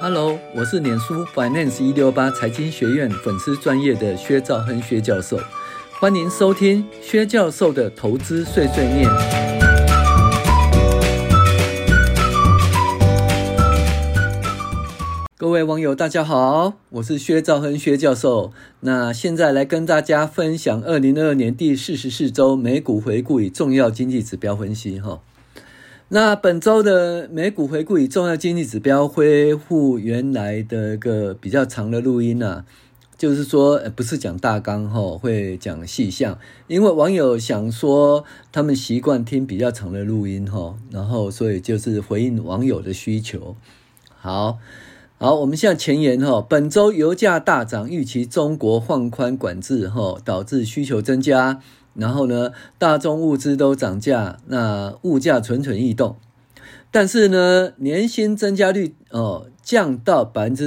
Hello， 我是脸书 Finance 168财经学院粉丝专业的薛兆亨薛教授，欢迎收听薛教授的投资碎碎念。各位网友大家好，我是薛兆亨薛教授。那现在来跟大家分享2022年第44周美股回顾与重要经济指标分析。那本周的美股回顾与重要经济指标恢复原来的一个比较长的录音就是说不是讲大纲会讲细项，因为网友想说他们习惯听比较长的录音然后所以就是回应网友的需求。好，我们现在前言本周油价大涨，预期中国放宽管制导致需求增加，然后呢大宗物资都涨价，那物价蠢蠢欲动。但是呢年薪增加率降到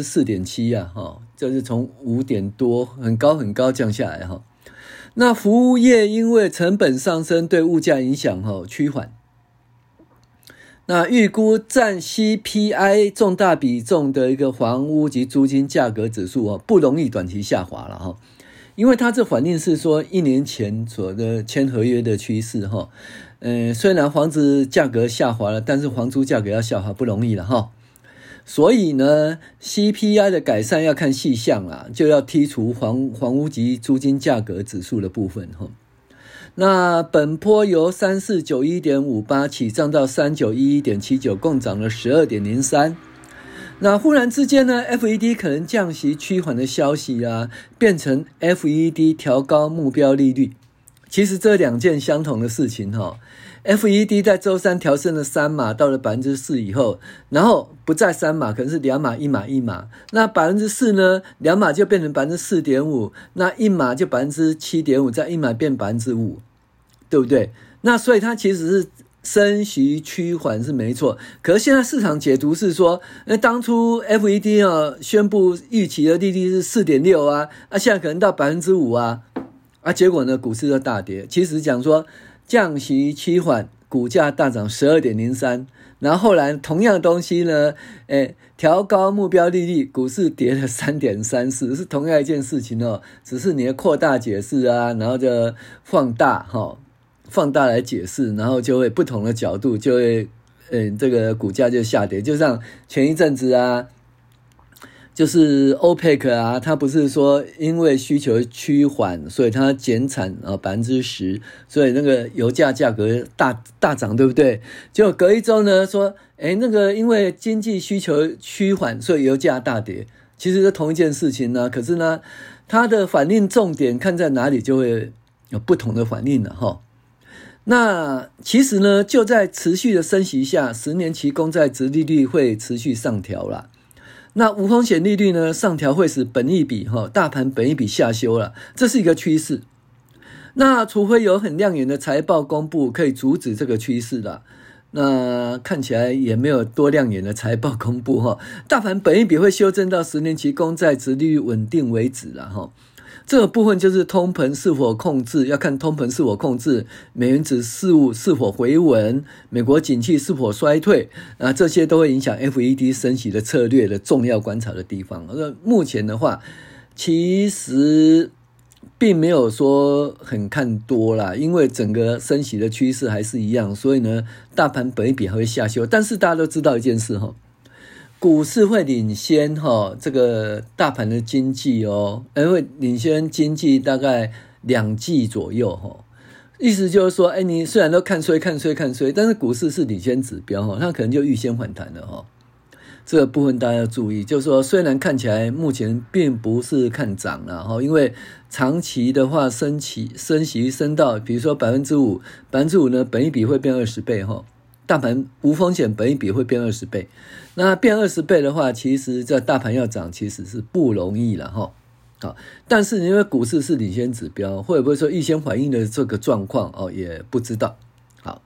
4.7% 就是从5点多很高降下来那服务业因为成本上升对物价影响趋缓。那预估占 CPI 重大比重的一个房屋及租金价格指数不容易短期下滑了因为它这反映是说1年前所的签合约的趋势虽然房子价格下滑了，但是房租价格要下滑不容易了所以呢 CPI 的改善要看细项啦，就要剔除房屋及租金价格指数的部分那本波由 3491.58 起涨到 3911.79， 共涨了 12.03。 那忽然之间呢 FED 可能降息趋缓的消息变成 FED 调高目标利率。其实这两件相同的事情FED 在周三调升了3码到了 4% 以后，然后不再3码，可能是2码1码1码，那 4% 呢2码就变成 4.5%， 那1码就 7.5%， 再1码变 5%， 对不对？那所以它其实是升息趋缓是没错，可是现在市场解读是说当初 FED 宣布预期的利率是 4.6% 现在可能到 5% 结果呢股市就大跌。其实讲说降息趋缓，股价大涨 12.03， 然后后来同样的东西呢调高目标利率，股市跌了 3.34， 是同样一件事情只是你的扩大解释然后就放大来解释，然后就会不同的角度就会这个股价就下跌。就像前一阵子就是 OPEC 它不是说因为需求趋缓，所以它减产10%，所以那个油价价格大涨，对不对？结果隔一周呢说那个因为经济需求趋缓，所以油价大跌。其实是同一件事情可是呢它的反应重点看在哪里，就会有不同的反应了那其实呢就在持续的升息下，10年期公债殖利率会持续上调啦。那无风险利率呢上调会使本益比大盘本益比下修了，这是一个趋势。那除非有很亮眼的财报公布可以阻止这个趋势啦，那看起来也没有多亮眼的财报公布大盘本益比会修正到10年期公债殖利率稳定为止啦这个部分就是通膨是否控制，要看通膨是否控制，美元指数是否回稳，美国景气是否衰退这些都会影响 FED 升息的策略的重要观察的地方。目前的话其实并没有说很看多啦，因为整个升息的趋势还是一样，所以呢大盘本益比还会下修。但是大家都知道一件事股市会领先这个大盘的经济会领先经济大概2季左右意思就是说你虽然都看衰，但是股市是领先指标它可能就预先反弹了这个部分大家要注意，就是说虽然看起来目前并不是看涨了因为长期的话升息升到比如说 5% 呢本益比会变20倍大盘无风险本益比会变20倍，那变20倍的话，其实这大盘要涨其实是不容易了好，但是因为股市是领先指标，会不会说预先反映的这个状况也不知道。好，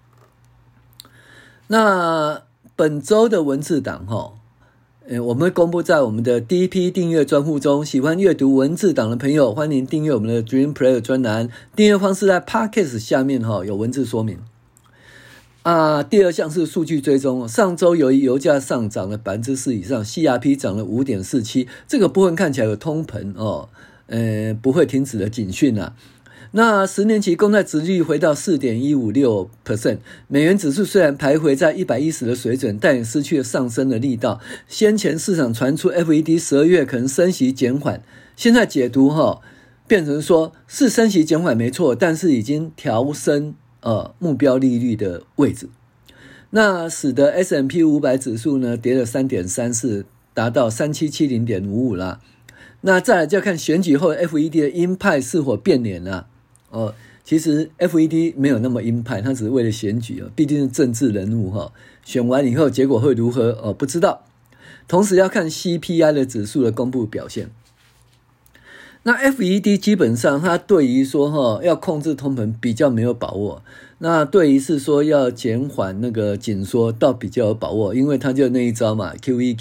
那本周的文字档我们会公布在我们的第一批订阅专户中，喜欢阅读文字档的朋友欢迎订阅我们的 Dream Player 专栏，订阅方式在 Podcast 下面有文字说明。 第二项是数据追踪，上周由于油价上涨了4%以上 ，CRP 涨了5.47%，这个部分看起来有通膨不会停止的警讯啊。那10年期公债殖利率回到 4.156%， 美元指数虽然徘徊在110的水准，但也失去了上升的力道。先前市场传出 FED 12月可能升息减缓，现在解读变成说是升息减缓没错，但是已经调升目标利率的位置，那使得 S&P 500指数呢跌了 3.34， 达到 3770.55 啦。那再来就要看选举后 FED 的鹰派是否变脸啦。其实 FED 没有那么鹰派，他只是为了选举毕竟是政治人物选完以后结果会如何不知道。同时要看 CPI 的指数的公布表现。那 FED 基本上它对于说要控制通膨比较没有把握，那对于是说要减缓那个紧缩倒比较有把握，因为它就那一招嘛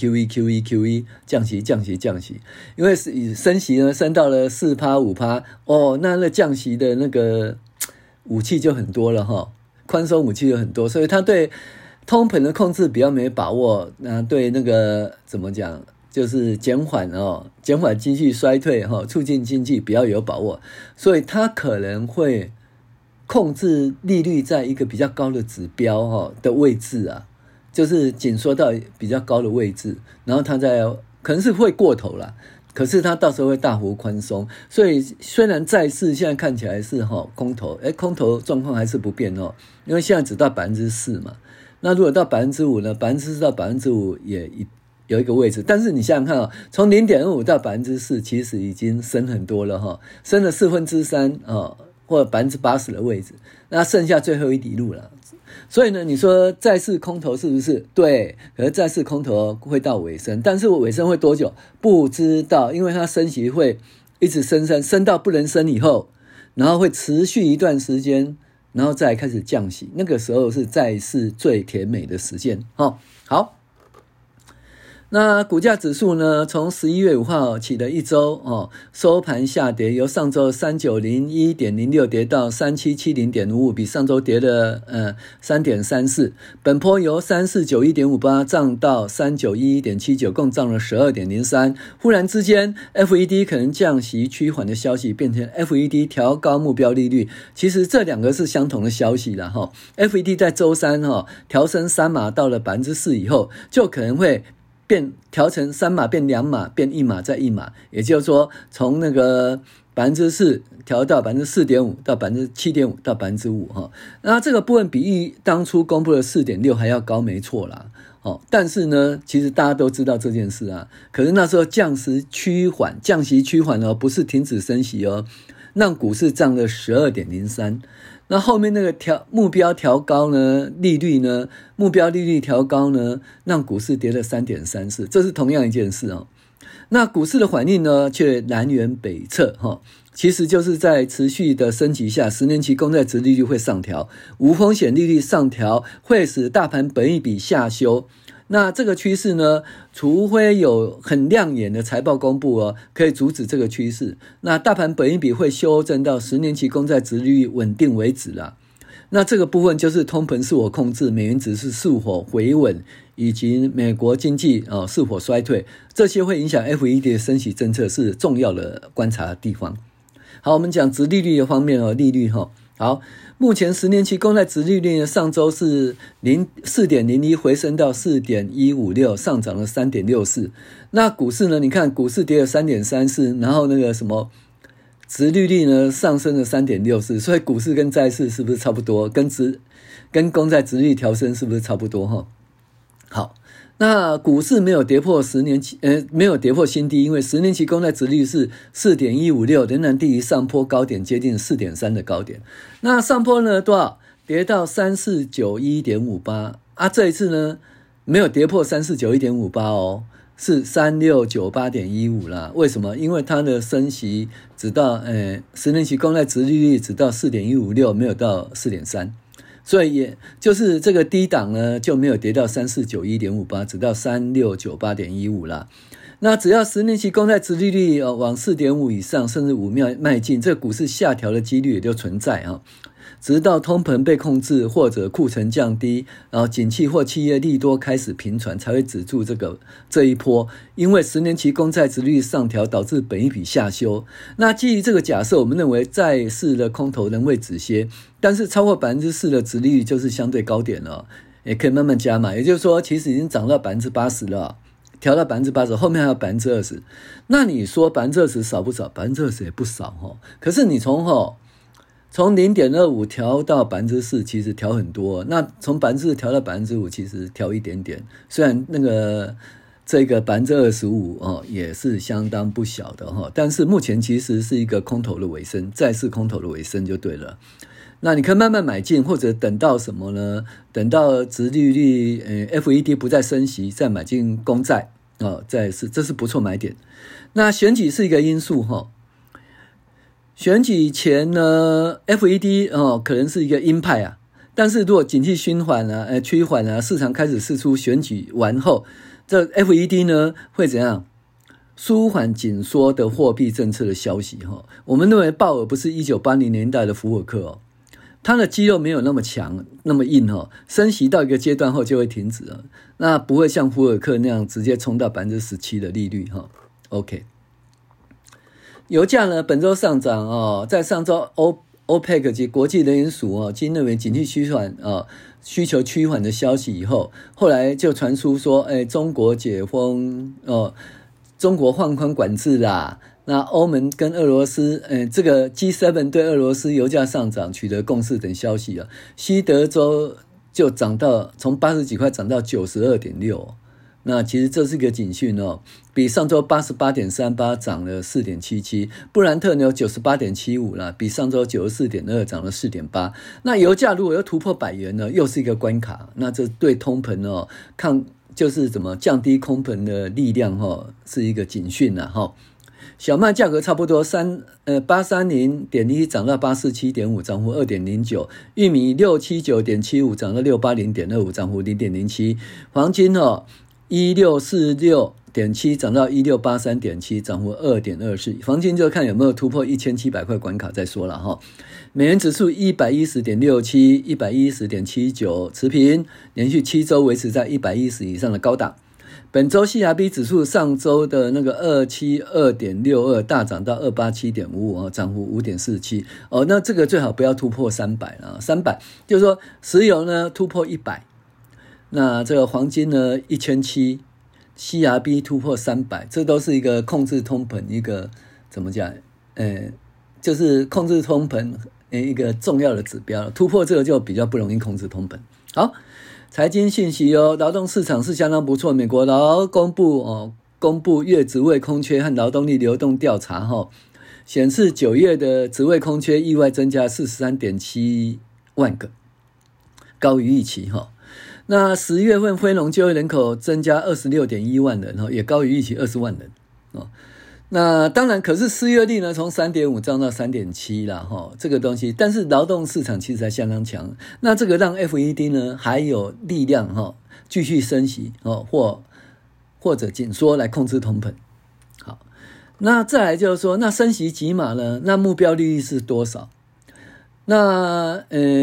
QE 降息，因为升息呢升到了 4% 5%， 那降息的那个武器就很多了宽松武器就很多，所以它对通膨的控制比较没把握，那对那个怎么讲就是减缓经济衰退促进经济比较有把握，所以它可能会控制利率在一个比较高的指标的位置啊，就是紧缩到比较高的位置，然后它可能是会过头啦，可是它到时候会大幅宽松，所以虽然债市现在看起来是空头，空头状况还是不变因为现在只到 4% 嘛，那如果到 5% 呢 4% 到 5% 也有一个位置，但是你想想看从 0.25 到 4% 其实已经升很多了升了3/4或者 80% 的位置，那剩下最后一里路了。所以呢你说债市空头是不是？对，可是债市空头会到尾声，但是尾声会多久不知道，因为它升息会一直升到不能升以后，然后会持续一段时间，然后再开始降息，那个时候是债市最甜美的时间好，那股价指数呢从11月5号起的一周收盘下跌，由上周 3901.06 跌到 3770.55， 比上周跌了3.34， 本波由 3491.58 涨到 3911.79， 共涨了 12.03。 忽然之间 FED 可能降息趋缓的消息变成 FED 调高目标利率，其实这两个是相同的消息啦FED 在周三调升3码到了 4% 以后，就可能会调成3码变2码变1码再1码，也就是说从那个 4% 调到 4.5% 到 7.5% 到 5% 那这个部分比当初公布的 4.6 还要高没错啦但是呢其实大家都知道这件事啊，可是那时候降息趋缓不是停止升息让股市涨了 12.03，那后面那个目标调高呢，目标利率调高呢，让股市跌了 3.34， 这是同样一件事那股市的反应呢，却南辕北辙其实就是在持续的升级下，10年期公债殖利率会上调，无风险利率上调会使大盘本益比下修。那这个趋势呢，除非有很亮眼的财报公布可以阻止这个趋势，那大盘本益比会修正到10年期公债殖利率稳定为止啦。那这个部分就是通膨是否控制，美元指数是否回稳，以及美国经济是否衰退，这些会影响 FED 的升息政策，是重要的观察的地方。好，我们讲殖利率的方面利率好，目前10年期公债殖利率呢，上周是 4.01 回升到 4.156， 上涨了 3.64。 那股市呢，你看股市跌了 3.34， 然后那个什么殖利率呢上升了 3.64， 所以股市跟债市是不是差不多，跟公债殖利率调升是不是差不多好，那股市没有跌破没有跌破新低，因为10年期公债殖利率是 4.156， 仍然低于上波高点接近 4.3 的高点。那上波呢多少？跌到 3491.58 这一次呢没有跌破 3491.58是 3698.15 啦。为什么？因为它的升息直到10年期公债殖利率只到 4.156， 没有到 4.3，所以也就是这个低档呢就没有跌到 3491.58， 只到 3698.15 啦。 那只要10年期公债殖利率往 4.5 以上甚至5迈进，这个股市下调的几率也就存在直到通膨被控制或者库存降低，然后景气或企业利多开始频传，才会止住这一波。因为10年期公债殖利率上调导致本益比下修。那基于这个假设，我们认为债市的空头仍未止歇，但是超过 4% 的殖利率就是相对高点了，也可以慢慢加码。也就是说，其实已经涨到 80% 了，调到 80%， 后面还有 20%。那你说 20% 少不少？ 20% 也不少可是你从 0.25 调到 4%， 其实调很多。那从 4% 调到 5%， 其实调一点点。虽然这个 25% 也是相当不小的但是目前其实是一个空头的尾声，债市空头的尾声就对了。那你可以慢慢买进，或者等到什么呢？等到殖利率FED 不再升息，再买进公债这是不错买点。那选举是一个因素选举前呢 FED 可能是一个鹰派但是如果景气趋缓市场开始释出选举完后，这 FED 呢会怎样？舒缓紧缩的货币政策的消息我们认为鲍尔不是1980年代的福尔克他的肌肉没有那么强那么硬升息到一个阶段后就会停止了，那不会像福尔克那样直接冲到 17% 的利率OK。油价呢本周上涨在上周 OPEC 及国际能源署均认为景气趋缓需求趋缓的消息以后，后来就传出说中国解封中国放宽管制啦，那欧盟跟俄罗斯这个 G7 对俄罗斯油价上涨取得共识等消息西德州就涨到从80几块涨到 92.6，那其实这是一个警讯比上周 88.38 涨了 4.77， 布兰特牛 98.75 啦，比上周 94.2 涨了 4.8。 那油价如果要突破100元呢，又是一个关卡，那这对通膨就是怎么降低通膨的力量是一个警讯小麦价格差不多830.1涨到 847.5 涨幅 2.09， 玉米 679.75 涨到 680.25 涨幅 0.07， 黄金1646.7 涨到 1683.7 涨幅 2.24， 黄金就看有没有突破1700块关卡再说了美元指数 110.67 110.79 持平，连续7周维持在110以上的高档。本周 CRB 指数上周的那个 272.62 大涨到 287.55 涨幅 5.47 那这个最好不要突破300300就是说石油呢突破100，那这个黄金呢1700， CRB 突破300，这都是一个控制通膨一个怎么讲就是控制通膨一个重要的指标，突破这个就比较不容易控制通膨。好，财经信息劳动市场是相当不错。美国劳工部公布月职位空缺和劳动力流动调查显示9月的职位空缺意外增加 43.7 万个，高于预期那10月份非农就业人口增加 26.1 万人也高于预期20万人那当然，可是失业率呢从 3.5 涨到 3.7 啦这个东西，但是劳动市场其实还相当强，那这个让 FED 呢还有力量继续升息或者紧缩来控制通膨。好，那再来就是说，那升息几码呢？那目标利率是多少？那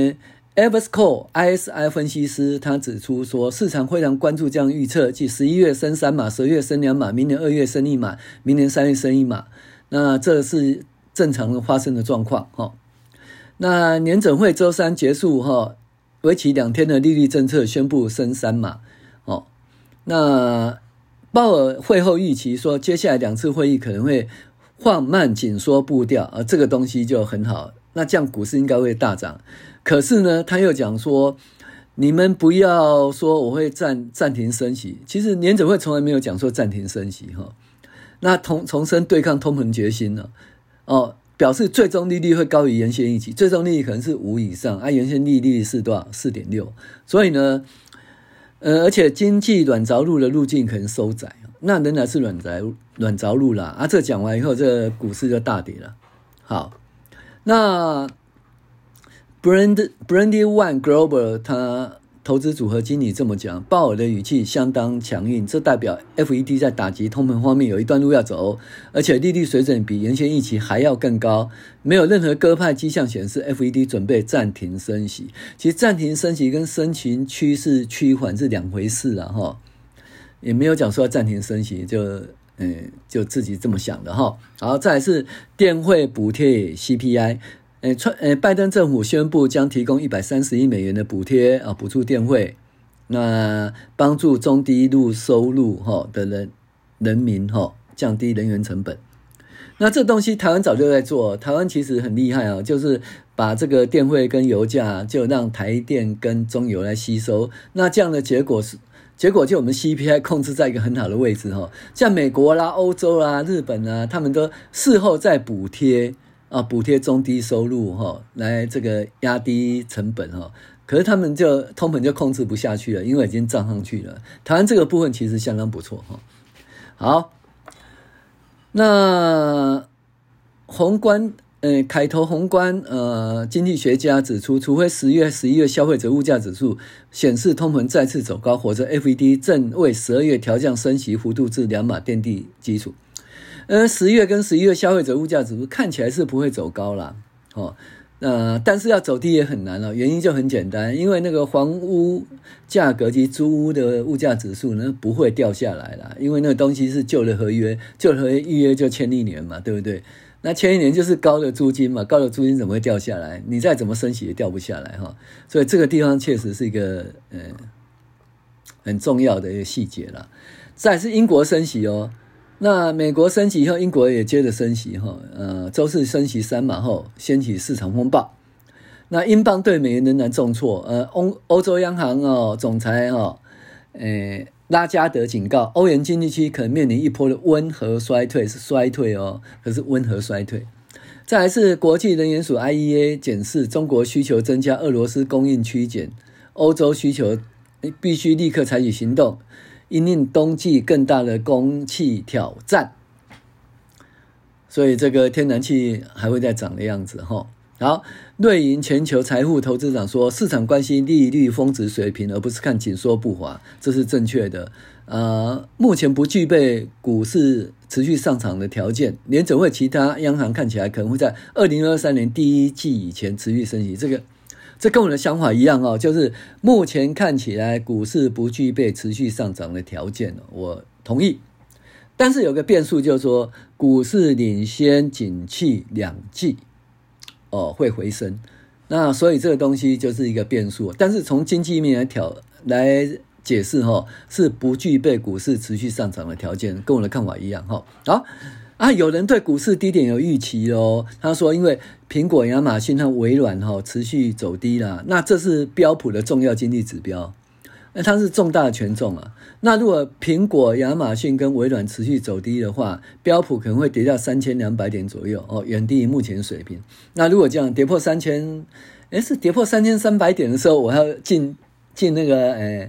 Evercore ISI 分析师他指出说，市场非常关注这样预测，即11月升3码，12月升2码，明年2月升1码，明年3月升1码，那这是正常发生的状况那年准会周三结束为期2天的利率政策宣布升3码那鲍尔会后预期说，接下来2次会议可能会放慢紧缩步调这个东西就很好，那这样股市应该会大涨。可是呢他又讲说，你们不要说我会暂停升息，其实联准会从来没有讲说暂停升息那重申对抗通膨决心表示最终利率会高于原先预期，最终利率可能是5以上原先利率是多少 4.6， 所以呢而且经济软着陆的路径可能收窄，那仍然是软着陆啦这讲完以后，这股市就大跌了。好，那Brandywine Global 投资组合经理这么讲，鲍尔的语气相当强硬，这代表 FED 在打击通膨方面有一段路要走，而且利率水准比原先预期还要更高，没有任何鸽派迹象显示 FED 准备暂停升息。其实暂停升息跟升息趋势趋缓是两回事啦齁，也没有讲说要暂停升息，就自己这么想的齁。好，再来是电费补贴 CPI。拜登政府宣布将提供130亿美元的补贴补助电费，那帮助中低收入的人民降低能源成本。那这东西台湾早就在做，台湾其实很厉害就是把这个电费跟油价就让台电跟中油来吸收，那这样的结果就我们 CPI 控制在一个很好的位置像美国啦、欧洲啦、日本啦，他们都事后再补贴中低收入来这个压低成本可是他们就通膨就控制不下去了，因为已经涨上去了。台湾这个部分其实相当不错好，那凯投宏观经济学家指出，除非10月、11月消费者物价指数显示通膨再次走高，或者 FED 正为12月调降升息幅度至2码奠定基础。10月跟11月消费者物价指数看起来是不会走高啦但是要走低也很难原因就很简单，因为那个房屋价格及租屋的物价指数呢不会掉下来啦，因为那个东西是旧的合约预约就签1年嘛，对不对？那签1年就是高的租金嘛，高的租金怎么会掉下来？你再怎么升息也掉不下来所以这个地方确实是一个很重要的一个细节啦。再来是英国升息那美国升息以后，英国也接着升息周四升息3码后掀起市场风暴。那英镑对美元仍然重挫，欧洲央行总裁拉加德警告，欧元经济区可能面临一波的温和衰退，是衰退可是温和衰退。再来是国际能源署 IEA 检视中国需求增加，俄罗斯供应趋减，欧洲需求必须立刻采取行动，因应冬季更大的供气挑战，所以这个天然气还会再涨的样子好，瑞银全球财富投资长说，市场关心利率峰值水平，而不是看紧缩不滑，这是正确的。目前不具备股市持续上涨的条件，联准会其他央行看起来可能会在2023年第一季以前持续升息。这跟我的想法一样就是目前看起来股市不具备持续上涨的条件我同意。但是有个变数，就是说股市领先景气2季会回升，那所以这个东西就是一个变数。但是从经济面来解释是不具备股市持续上涨的条件，跟我的看法一样好有人对股市低点有预期他说因为苹果、亚马逊和微软持续走低啦，那这是标普的重要经济指标，它是重大的权重那如果苹果、亚马逊跟微软持续走低的话，标普可能会跌到3200点左右远低于目前水平。那如果这样跌破是跌破3300点的时候，我要进那个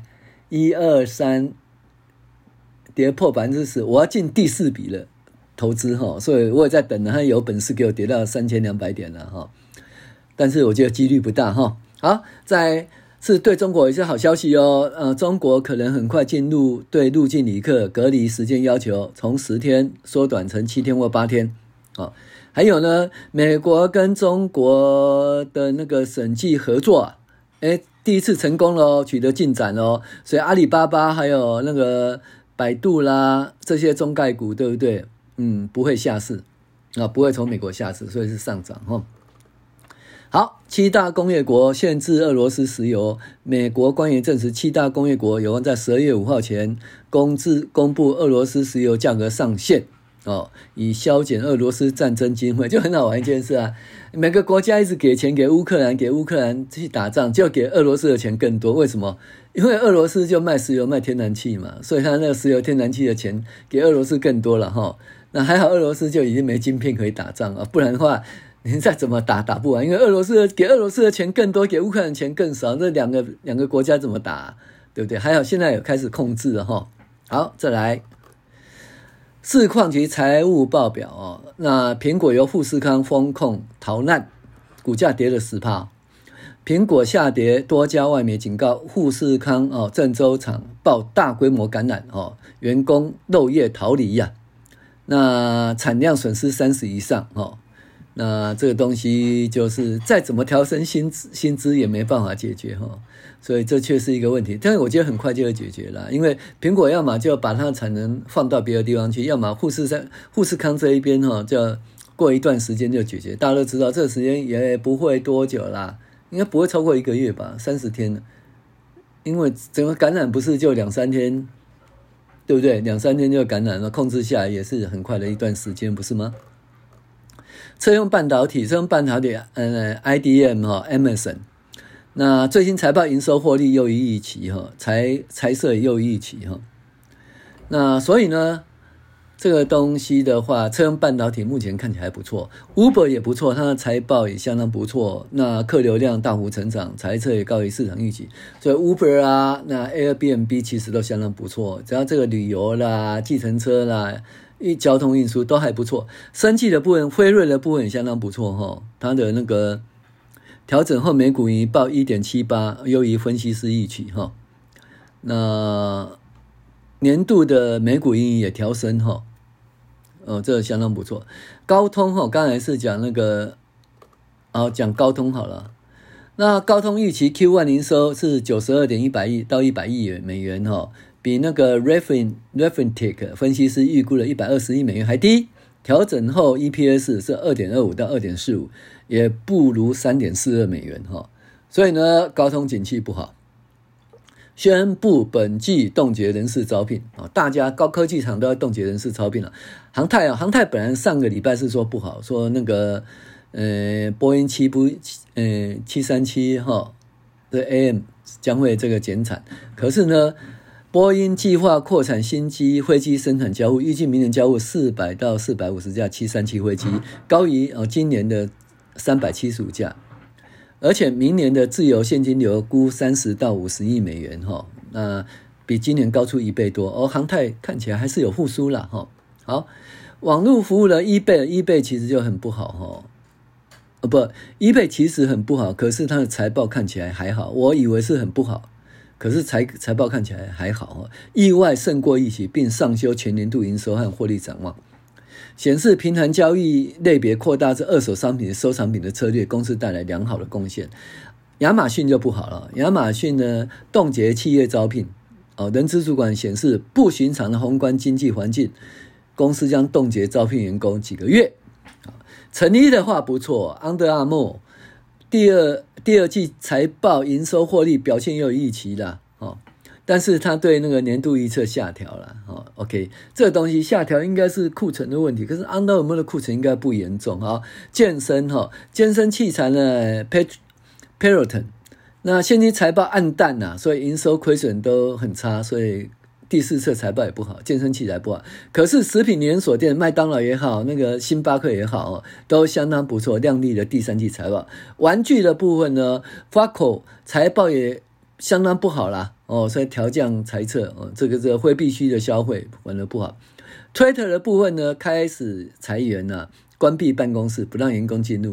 1、2、3跌破10%，我要进第4笔了投资所以我也在等他有本事给我跌到3200点了但是我觉得几率不大好，再是对中国有些好消息中国可能很快进入对入境旅客隔离时间要求从10天缩短成7天或8天还有呢，美国跟中国的那个审计合作第一次成功了取得进展所以阿里巴巴还有那个百度啦这些中概股对不对不会下市不会从美国下市，所以是上涨好，7大工业国限制俄罗斯石油，美国官员证实7大工业国有望在12月5号前公布俄罗斯石油价格上限以削减俄罗斯战争经费。就很好玩一件事每个国家一直给钱给乌克兰去打仗，就给俄罗斯的钱更多。为什么？因为俄罗斯就卖石油卖天然气嘛，所以他那个石油天然气的钱给俄罗斯更多了那还好俄罗斯就已经没晶片可以打仗不然的话你再怎么打不完，因为给俄罗斯的钱更多，给乌克兰的钱更少，这两个国家怎么打对不对？还好现在有开始控制了好，再来市况及财务报表那苹果由富士康风控逃难，股价跌了10%。 苹果下跌，多家外媒警告富士康郑州厂爆大规模感染员工漏夜逃离呀，那产量损失30以上那这个东西就是再怎么调升薪资也没办法解决所以这确是一个问题，但是我觉得很快就会解决了，因为苹果要么就把它的产能放到别的地方去，要么富士康这一边就过一段时间就解决。大家都知道这个时间也不会多久啦，应该不会超过1个月吧，30天了，因为整个感染不是就2-3天，对不对？2-3天就感染了，控制下来也是很快的一段时间，不是吗？车用半导体IDM Emerson， 那最新财报营收获利优于预期财色也优于预期那所以呢，这个东西的话，车用半导体目前看起来还不错 ，Uber 也不错，它的财报也相当不错，那客流量大幅成长，财测也高于市场预期，所以 Uber 那 Airbnb 其实都相当不错，只要这个旅游啦、计程车啦、交通运输都还不错。生技的部分，辉瑞的部分也相当不错它的那个调整后每股盈报 1.78， 优于分析师预期那年度的每股盈余也调升这个相当不错。高通刚才是讲那个讲高通好了。那高通预期 Q1 营收是 92.100 亿到100亿美元比那个 Refinitiv 分析师预估的120亿美元还低，调整后 EPS 是 2.25 到 2.45， 也不如 3.42 美元所以呢，高通景气不好，宣布本季冻结人事招聘大家高科技厂都要冻结人事招聘了。航太本来上个礼拜是说不好，说那个波音737的 AM 将会这个减产，可是呢，波音计划扩产新机飞机生产交付，预计明年交付400到450架737飞机，高于今年的375架。而且明年的自由现金流估30到50亿美元那比今年高出1倍多，航太看起来还是有复苏啦好，网络服务的 eBay 其实就很不好eBay 其实很不好，可是它的财报看起来还好，我以为是很不好，可是财报看起来还好意外胜过预期，并上修全年度营收和获利展望。显示平衡交易类别扩大至二手商品收藏品的策略，公司带来良好的贡献。亚马逊就不好了，亚马逊呢冻结企业招聘人资主管显示不寻常的宏观经济环境，公司将冻结招聘员工几个月。成衣的话不错 ，Under Armour 第二季财报营收获利表现又有预期啦但是他对那个年度预测下调了OK， 这个东西下调应该是库存的问题，可是 Under Armour 的库存应该不严重健身器材呢 Peloton 那现今财报暗淡所以营收亏损都很差，所以第4次财报也不好，健身器材不好。可是食品连锁店麦当劳也好，那个星巴克也好都相当不错，亮丽的第3季财报。玩具的部分呢 Faco 财报也相当不好啦所以调降财测这个非必需的消费玩得不好。Twitter 的部分呢开始裁员关闭办公室，不让员工进入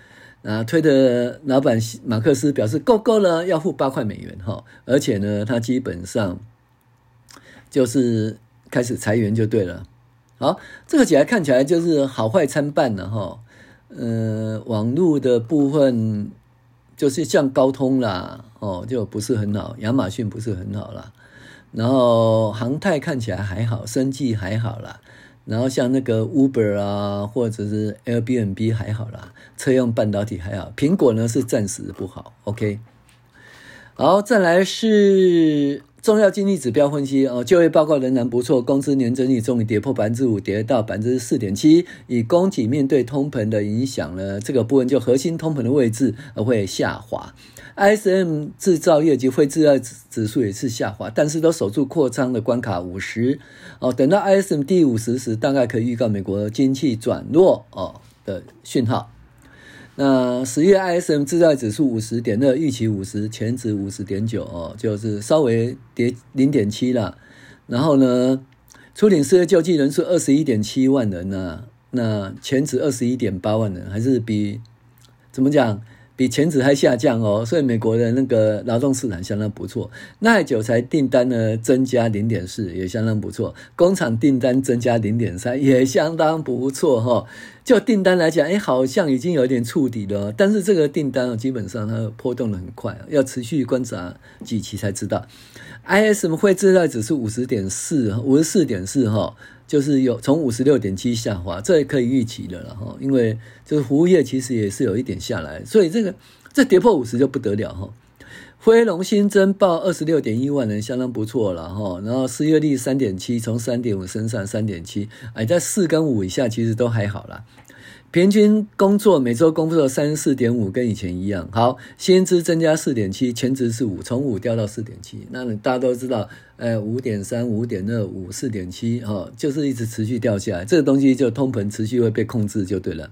Twitter 老板马克思表示够了，要付8块美元而且呢他基本上就是开始裁员就对了。好，这个起来看起来就是好坏参半了网络的部分就是像高通啦就不是很好，亚马逊不是很好啦，然后航太看起来还好，生技还好啦，然后像那个 Uber 或者是 Airbnb 还好啦，车用半导体还好，苹果呢是暂时不好 OK。 好，再来是重要经济指标分析就业报告仍然不错，工资年增率终于跌破 5%， 跌到 4.7%， 以供给面对通膨的影响呢，这个部分就核心通膨的位置会下滑。ISM 制造业及非制造指数也是下滑，但是都守住扩张的关卡50等到 ISM 第50时，大概可以预告美国经济转弱的讯号。那10月 ISM 制造指数 50.2， 预期50，前值 50.9 就是稍微跌 0.7 啦。然后呢，初领失业救济人数 21.7 万人那前值 21.8 万人，还是比怎么讲比前值还下降哦，所以美国的那个劳动市场相当不错。耐久材订单呢增加 0.4 也相当不错，工厂订单增加 0.3 也相当不错哈。就订单来讲，好像已经有点触底了，但是这个订单基本上它波动得很快，要持续观察几期才知道。ISM 会制造指数 54.4 哈，就是有从 56.7 下滑，这也可以预期的了哈，因为就是服务业其实也是有一点下来，所以这跌破50就不得了哈。非农新增报 26.1 万人，相当不错了哈。然后失业率 3.7， 从 3.5 升上 3.7， 在4跟5以下其实都还好啦。平均工作每周工作 34.5 跟以前一样。好，薪资增加 4.7， 前值是5，从5掉到 4.7。那大家都知道5.3 5.2 4.7 就是一直持续掉下来，这个东西就通膨持续会被控制就对了。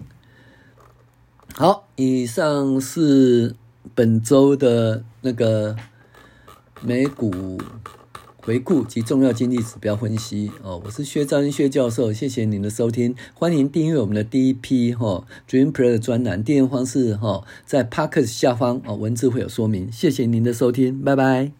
好，以上是本周的那个美股回顾及重要经济指标分析我是薛兆亨薛教授，谢谢您的收听，欢迎订阅我们的第一批Dream Player 的专栏，订阅方式在 Podcast 下方文字会有说明，谢谢您的收听，拜拜。